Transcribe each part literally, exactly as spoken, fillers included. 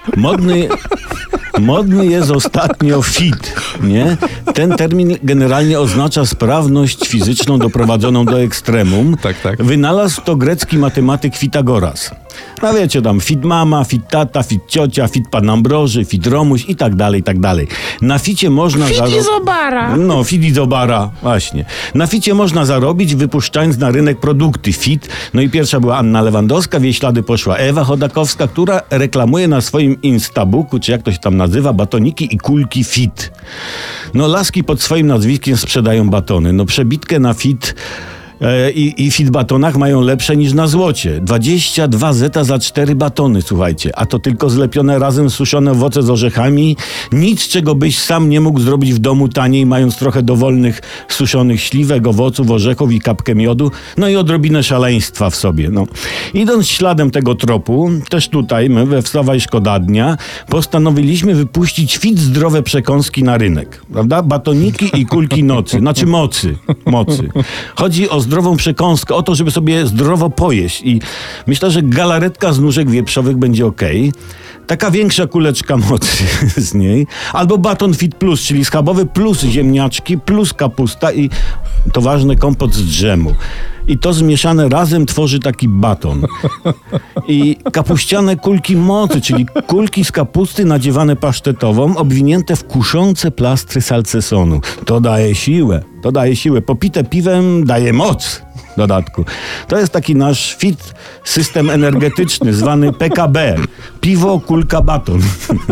Modny... Modny jest ostatnio fit, nie? Ten termin generalnie oznacza sprawność fizyczną doprowadzoną do ekstremum. Tak, tak. Wynalazł to grecki matematyk Fitagoras. No wiecie tam, fit mama, fit tata, fit ciocia, fit pan Ambroży, fit Romuś i tak dalej, i tak dalej. Na ficie można... Fidizobara. No, fidizobara, właśnie. Na ficie można zarobić, wypuszczając na rynek produkty fit. No i pierwsza była Anna Lewandowska, w jej ślady poszła Ewa Chodakowska, która reklamuje na swoim Instabooku, czy jak to się tam nazywa, batoniki i kulki fit. No, laski pod swoim nazwiskiem sprzedają batony. No, przebitkę na fit... I, i fit batonach mają lepsze niż na złocie. dwadzieścia dwa zeta za cztery batony, słuchajcie. A to tylko zlepione razem suszone owoce z orzechami. Nic, czego byś sam nie mógł zrobić w domu taniej, mając trochę dowolnych suszonych śliwek, owoców, orzechów i kapkę miodu. No i odrobinę szaleństwa w sobie. No. Idąc śladem tego tropu, też tutaj my we Wstawaj Szkoda Dnia postanowiliśmy wypuścić fit zdrowe przekąski na rynek. Prawda? Batoniki i kulki nocy. Znaczy mocy. Mocy. Chodzi o zdrową przekąskę, o to, żeby sobie zdrowo pojeść. I myślę, że galaretka z nóżek wieprzowych będzie okej. Taka większa kuleczka mocy z niej. Albo baton fit plus, czyli schabowy plus ziemniaczki, plus kapusta i to ważne, kompot z drzemu. I to zmieszane razem tworzy taki baton. I kapuściane kulki mocy, czyli kulki z kapusty nadziewane pasztetową, obwinięte w kuszące plastry salcesonu. To daje siłę. To daje siłę. Popite piwem daje moc. W dodatku. To jest taki nasz fit system energetyczny, zwany P K B. Piwo, kulka, baton.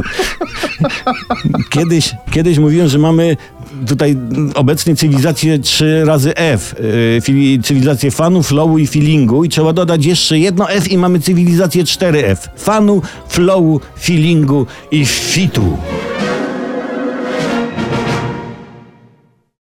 Kiedyś, kiedyś mówiłem, że mamy tutaj obecnie cywilizację trzy razy F. Yy, cywilizację fanu, flowu i feelingu. I trzeba dodać jeszcze jedno F i mamy cywilizację cztery F. Fanu, flowu, feelingu i fitu.